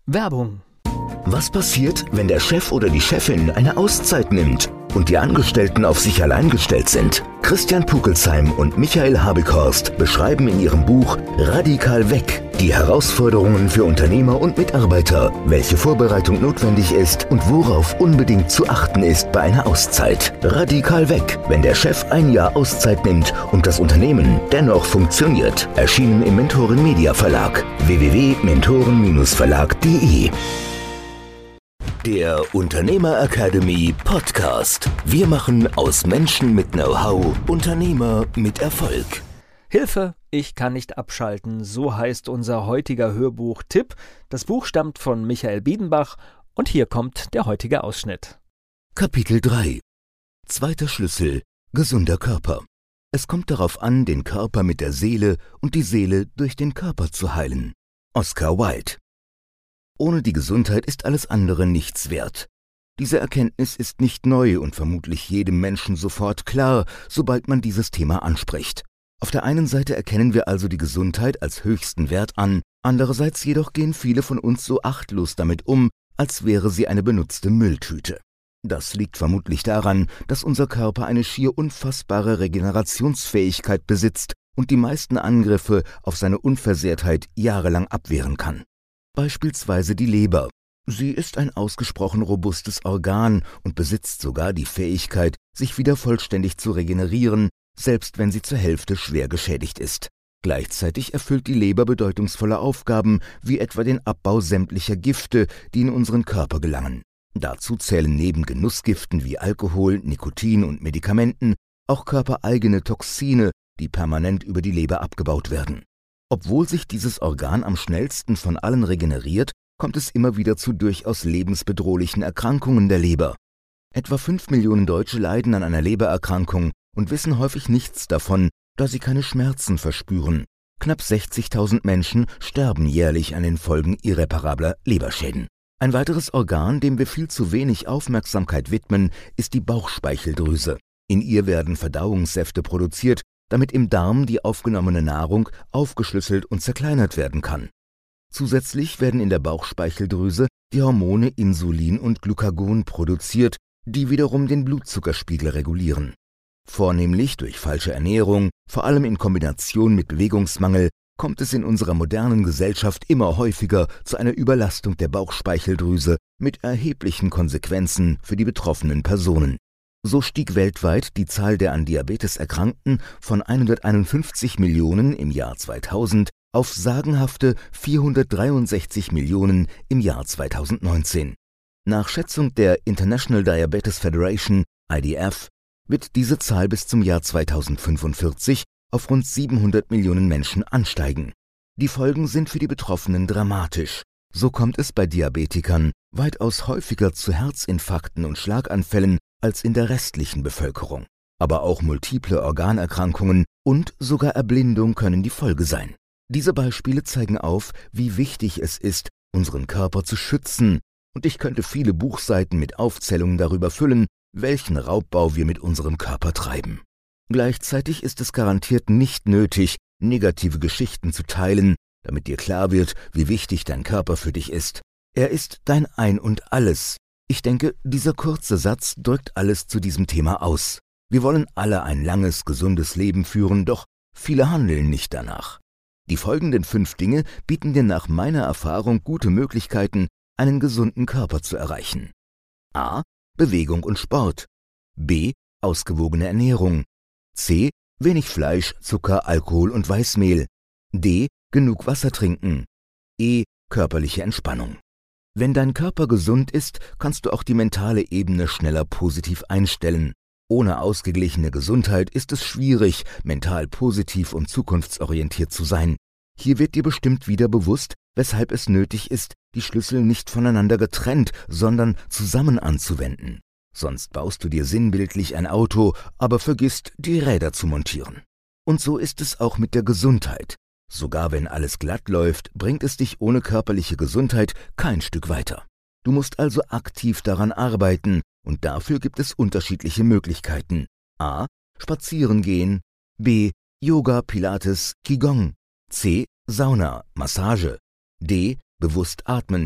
Werbung. Was passiert, wenn der Chef oder die Chefin eine Auszeit nimmt und die Angestellten auf sich allein gestellt sind? Christian Pukelsheim und Michael Habekhorst beschreiben in ihrem Buch Radikal weg die Herausforderungen für Unternehmer und Mitarbeiter, welche Vorbereitung notwendig ist und worauf unbedingt zu achten ist bei einer Auszeit. Radikal weg, wenn der Chef ein Jahr Auszeit nimmt und das Unternehmen dennoch funktioniert. Erschienen im Mentoren Media Verlag. www.mentoren-verlag.de. Der Unternehmer Academy Podcast. Wir machen aus Menschen mit Know-how Unternehmer mit Erfolg. Hilfe, ich kann nicht abschalten, so heißt unser heutiger Hörbuch-Tipp. Das Buch stammt von Michael Biedenbach und hier kommt der heutige Ausschnitt. Kapitel 3. Zweiter Schlüssel: gesunder Körper. Es kommt darauf an, den Körper mit der Seele und die Seele durch den Körper zu heilen. Oscar Wilde. Ohne die Gesundheit ist alles andere nichts wert. Diese Erkenntnis ist nicht neu und vermutlich jedem Menschen sofort klar, sobald man dieses Thema anspricht. Auf der einen Seite erkennen wir also die Gesundheit als höchsten Wert an, andererseits jedoch gehen viele von uns so achtlos damit um, als wäre sie eine benutzte Mülltüte. Das liegt vermutlich daran, dass unser Körper eine schier unfassbare Regenerationsfähigkeit besitzt und die meisten Angriffe auf seine Unversehrtheit jahrelang abwehren kann. Beispielsweise die Leber. Sie ist ein ausgesprochen robustes Organ und besitzt sogar die Fähigkeit, sich wieder vollständig zu regenerieren, selbst wenn sie zur Hälfte schwer geschädigt ist. Gleichzeitig erfüllt die Leber bedeutungsvolle Aufgaben, wie etwa den Abbau sämtlicher Gifte, die in unseren Körper gelangen. Dazu zählen neben Genussgiften wie Alkohol, Nikotin und Medikamenten auch körpereigene Toxine, die permanent über die Leber abgebaut werden. Obwohl sich dieses Organ am schnellsten von allen regeneriert, kommt es immer wieder zu durchaus lebensbedrohlichen Erkrankungen der Leber. Etwa 5 Millionen Deutsche leiden an einer Lebererkrankung und wissen häufig nichts davon, da sie keine Schmerzen verspüren. Knapp 60.000 Menschen sterben jährlich an den Folgen irreparabler Leberschäden. Ein weiteres Organ, dem wir viel zu wenig Aufmerksamkeit widmen, ist die Bauchspeicheldrüse. In ihr werden Verdauungssäfte produziert, damit im Darm die aufgenommene Nahrung aufgeschlüsselt und zerkleinert werden kann. Zusätzlich werden in der Bauchspeicheldrüse die Hormone Insulin und Glucagon produziert, die wiederum den Blutzuckerspiegel regulieren. Vornehmlich durch falsche Ernährung, vor allem in Kombination mit Bewegungsmangel, kommt es in unserer modernen Gesellschaft immer häufiger zu einer Überlastung der Bauchspeicheldrüse mit erheblichen Konsequenzen für die betroffenen Personen. So stieg weltweit die Zahl der an Diabetes Erkrankten von 151 Millionen im Jahr 2000 auf sagenhafte 463 Millionen im Jahr 2019. Nach Schätzung der International Diabetes Federation, IDF, wird diese Zahl bis zum Jahr 2045 auf rund 700 Millionen Menschen ansteigen. Die Folgen sind für die Betroffenen dramatisch. So kommt es bei Diabetikern weitaus häufiger zu Herzinfarkten und Schlaganfällen als in der restlichen Bevölkerung. Aber auch multiple Organerkrankungen und sogar Erblindung können die Folge sein. Diese Beispiele zeigen auf, wie wichtig es ist, unseren Körper zu schützen, und ich könnte viele Buchseiten mit Aufzählungen darüber füllen, welchen Raubbau wir mit unserem Körper treiben. Gleichzeitig ist es garantiert nicht nötig, negative Geschichten zu teilen, damit dir klar wird, wie wichtig dein Körper für dich ist. Er ist dein Ein und Alles. Ich denke, dieser kurze Satz drückt alles zu diesem Thema aus. Wir wollen alle ein langes, gesundes Leben führen, doch viele handeln nicht danach. Die folgenden 5 Dinge bieten dir nach meiner Erfahrung gute Möglichkeiten, einen gesunden Körper zu erreichen. A. Bewegung und Sport. B. Ausgewogene Ernährung. C. Wenig Fleisch, Zucker, Alkohol und Weißmehl. D. Genug Wasser trinken. E. Körperliche Entspannung. Wenn dein Körper gesund ist, kannst du auch die mentale Ebene schneller positiv einstellen. Ohne ausgeglichene Gesundheit ist es schwierig, mental positiv und zukunftsorientiert zu sein. Hier wird dir bestimmt wieder bewusst, weshalb es nötig ist, die Schlüssel nicht voneinander getrennt, sondern zusammen anzuwenden. Sonst baust du dir sinnbildlich ein Auto, aber vergisst, die Räder zu montieren. Und so ist es auch mit der Gesundheit. Sogar wenn alles glatt läuft, bringt es dich ohne körperliche Gesundheit kein Stück weiter. Du musst also aktiv daran arbeiten, und dafür gibt es unterschiedliche Möglichkeiten. A. Spazieren gehen. B. Yoga, Pilates, Qigong. C. Sauna, Massage. D. Bewusst atmen.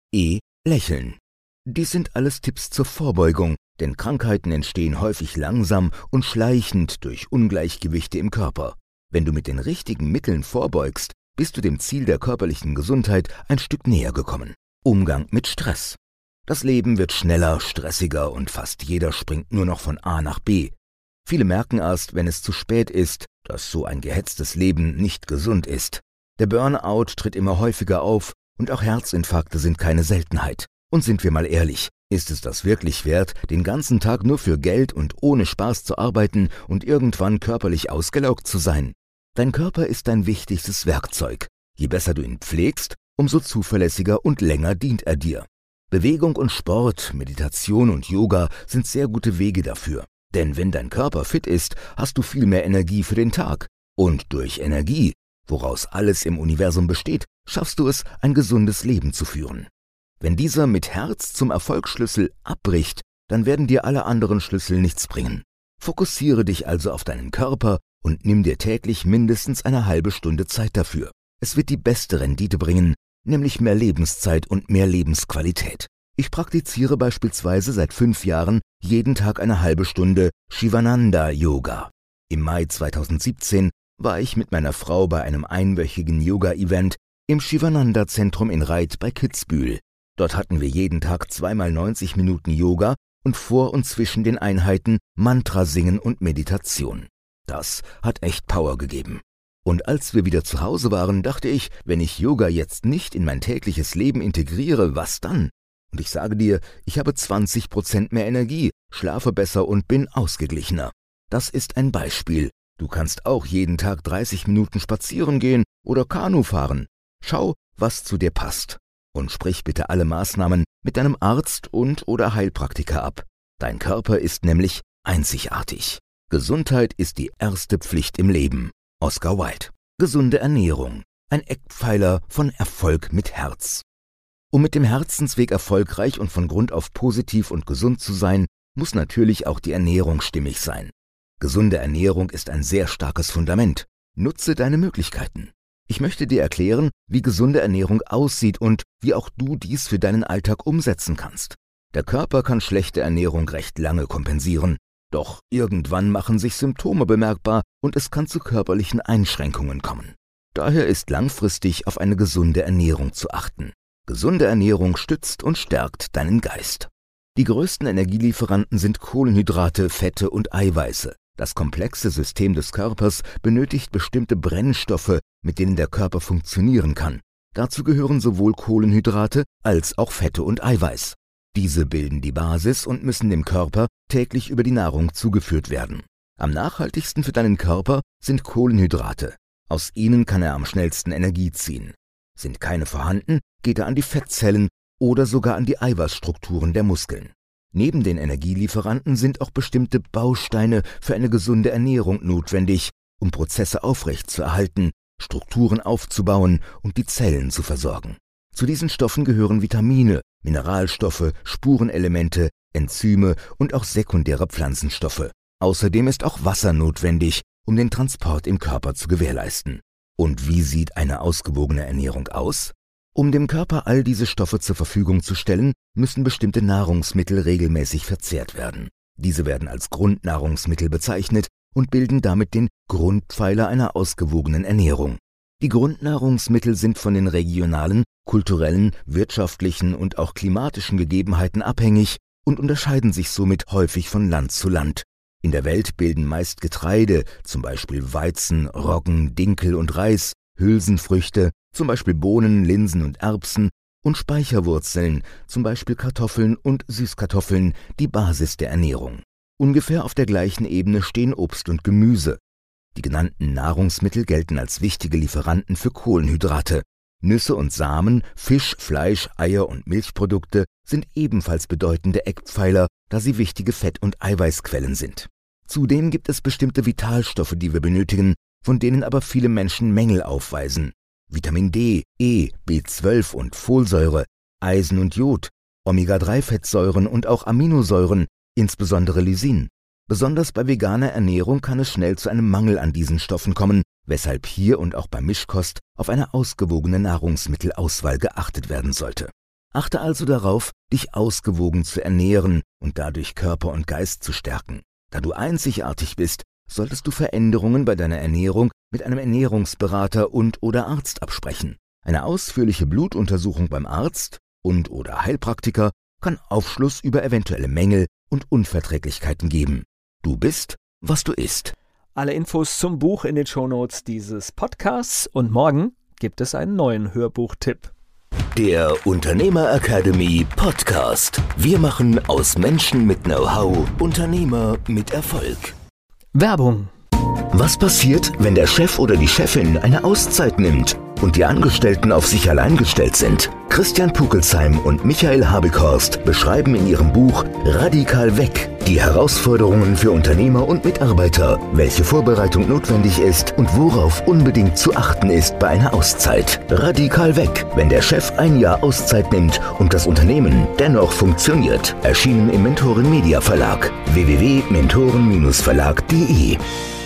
E. Lächeln. Dies sind alles Tipps zur Vorbeugung, denn Krankheiten entstehen häufig langsam und schleichend durch Ungleichgewichte im Körper. Wenn du mit den richtigen Mitteln vorbeugst, bist du dem Ziel der körperlichen Gesundheit ein Stück näher gekommen. Umgang mit Stress. Das Leben wird schneller, stressiger und fast jeder springt nur noch von A nach B. Viele merken erst, wenn es zu spät ist, dass so ein gehetztes Leben nicht gesund ist. Der Burnout tritt immer häufiger auf und auch Herzinfarkte sind keine Seltenheit. Und sind wir mal ehrlich, ist es das wirklich wert, den ganzen Tag nur für Geld und ohne Spaß zu arbeiten und irgendwann körperlich ausgelaugt zu sein? Dein Körper ist dein wichtigstes Werkzeug. Je besser du ihn pflegst, umso zuverlässiger und länger dient er dir. Bewegung und Sport, Meditation und Yoga sind sehr gute Wege dafür. Denn wenn dein Körper fit ist, hast du viel mehr Energie für den Tag. Und durch Energie, woraus alles im Universum besteht, schaffst du es, ein gesundes Leben zu führen. Wenn dieser mit Herz zum Erfolgsschlüssel abbricht, dann werden dir alle anderen Schlüssel nichts bringen. Fokussiere dich also auf deinen Körper und nimm dir täglich mindestens eine halbe Stunde Zeit dafür. Es wird die beste Rendite bringen, nämlich mehr Lebenszeit und mehr Lebensqualität. Ich praktiziere beispielsweise seit 5 Jahren jeden Tag eine halbe Stunde Shivananda-Yoga. Im Mai 2017 war ich mit meiner Frau bei einem einwöchigen Yoga-Event im Shivananda-Zentrum in Reit bei Kitzbühel. Dort hatten wir jeden Tag 2x 90 Minuten Yoga und vor und zwischen den Einheiten Mantra singen und Meditation. Das hat echt Power gegeben. Und als wir wieder zu Hause waren, dachte ich, wenn ich Yoga jetzt nicht in mein tägliches Leben integriere, was dann? Und ich sage dir, ich habe 20% mehr Energie, schlafe besser und bin ausgeglichener. Das ist ein Beispiel. Du kannst auch jeden Tag 30 Minuten spazieren gehen oder Kanu fahren. Schau, was zu dir passt. Und sprich bitte alle Maßnahmen mit deinem Arzt und/oder Heilpraktiker ab. Dein Körper ist nämlich einzigartig. Gesundheit ist die erste Pflicht im Leben. Oscar Wilde. Gesunde Ernährung. Ein Eckpfeiler von Erfolg mit Herz. Um mit dem Herzensweg erfolgreich und von Grund auf positiv und gesund zu sein, muss natürlich auch die Ernährung stimmig sein. Gesunde Ernährung ist ein sehr starkes Fundament. Nutze deine Möglichkeiten. Ich möchte dir erklären, wie gesunde Ernährung aussieht und wie auch du dies für deinen Alltag umsetzen kannst. Der Körper kann schlechte Ernährung recht lange kompensieren, doch irgendwann machen sich Symptome bemerkbar und es kann zu körperlichen Einschränkungen kommen. Daher ist langfristig auf eine gesunde Ernährung zu achten. Gesunde Ernährung stützt und stärkt deinen Geist. Die größten Energielieferanten sind Kohlenhydrate, Fette und Eiweiße. Das komplexe System des Körpers benötigt bestimmte Brennstoffe, mit denen der Körper funktionieren kann. Dazu gehören sowohl Kohlenhydrate als auch Fette und Eiweiß. Diese bilden die Basis und müssen dem Körper täglich über die Nahrung zugeführt werden. Am nachhaltigsten für deinen Körper sind Kohlenhydrate. Aus ihnen kann er am schnellsten Energie ziehen. Sind keine vorhanden, geht er an die Fettzellen oder sogar an die Eiweißstrukturen der Muskeln. Neben den Energielieferanten sind auch bestimmte Bausteine für eine gesunde Ernährung notwendig, um Prozesse aufrechtzuerhalten, Strukturen aufzubauen und die Zellen zu versorgen. Zu diesen Stoffen gehören Vitamine, Mineralstoffe, Spurenelemente, Enzyme und auch sekundäre Pflanzenstoffe. Außerdem ist auch Wasser notwendig, um den Transport im Körper zu gewährleisten. Und wie sieht eine ausgewogene Ernährung aus? Um dem Körper all diese Stoffe zur Verfügung zu stellen, müssen bestimmte Nahrungsmittel regelmäßig verzehrt werden. Diese werden als Grundnahrungsmittel bezeichnet und bilden damit den Grundpfeiler einer ausgewogenen Ernährung. Die Grundnahrungsmittel sind von den regionalen, kulturellen, wirtschaftlichen und auch klimatischen Gegebenheiten abhängig und unterscheiden sich somit häufig von Land zu Land. In der Welt bilden meist Getreide, zum Beispiel Weizen, Roggen, Dinkel und Reis, Hülsenfrüchte, zum Beispiel Bohnen, Linsen und Erbsen und Speicherwurzeln, zum Beispiel Kartoffeln und Süßkartoffeln, die Basis der Ernährung. Ungefähr auf der gleichen Ebene stehen Obst und Gemüse. Die genannten Nahrungsmittel gelten als wichtige Lieferanten für Kohlenhydrate. Nüsse und Samen, Fisch, Fleisch, Eier und Milchprodukte sind ebenfalls bedeutende Eckpfeiler, da sie wichtige Fett- und Eiweißquellen sind. Zudem gibt es bestimmte Vitalstoffe, die wir benötigen, von denen aber viele Menschen Mängel aufweisen. Vitamin D, E, B12 und Folsäure, Eisen und Jod, Omega-3-Fettsäuren und auch Aminosäuren, insbesondere Lysin. Besonders bei veganer Ernährung kann es schnell zu einem Mangel an diesen Stoffen kommen, weshalb hier und auch bei Mischkost auf eine ausgewogene Nahrungsmittelauswahl geachtet werden sollte. Achte also darauf, dich ausgewogen zu ernähren und dadurch Körper und Geist zu stärken. Da du einzigartig bist, solltest du Veränderungen bei deiner Ernährung mit einem Ernährungsberater und/oder Arzt absprechen. Eine ausführliche Blutuntersuchung beim Arzt und/oder Heilpraktiker kann Aufschluss über eventuelle Mängel und Unverträglichkeiten geben. Du bist, was du isst. Alle Infos zum Buch in den Shownotes dieses Podcasts und morgen gibt es einen neuen Hörbuchtipp. Der Unternehmer Academy Podcast. Wir machen aus Menschen mit Know-how Unternehmer mit Erfolg. Werbung. Was passiert, wenn der Chef oder die Chefin eine Auszeit nimmt und die Angestellten auf sich allein gestellt sind? Christian Pukelsheim und Michael Habekhorst beschreiben in ihrem Buch Radikal weg die Herausforderungen für Unternehmer und Mitarbeiter, welche Vorbereitung notwendig ist und worauf unbedingt zu achten ist bei einer Auszeit. Radikal weg, wenn der Chef ein Jahr Auszeit nimmt und das Unternehmen dennoch funktioniert. Erschienen im Mentoren Media Verlag. www.mentoren-verlag.de